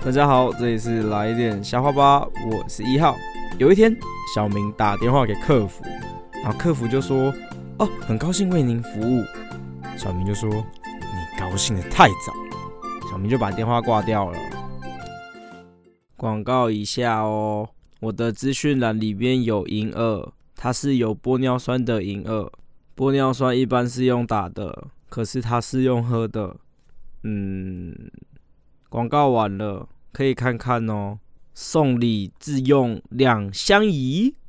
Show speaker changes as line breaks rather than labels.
大家好，这里是来一点瞎话吧，我是1号。有一天，小明打电话给客服，然后客服就说：“哦，很高兴为您服务。”小明就说：“你高兴得太早了。”小明就把电话挂掉了。广告一下哦，我的资讯栏里面有银耳，它是有玻尿酸的银耳。玻尿酸一般是用打的，可是它是用喝的。广告完了，可以看看哦。送礼自用2相宜。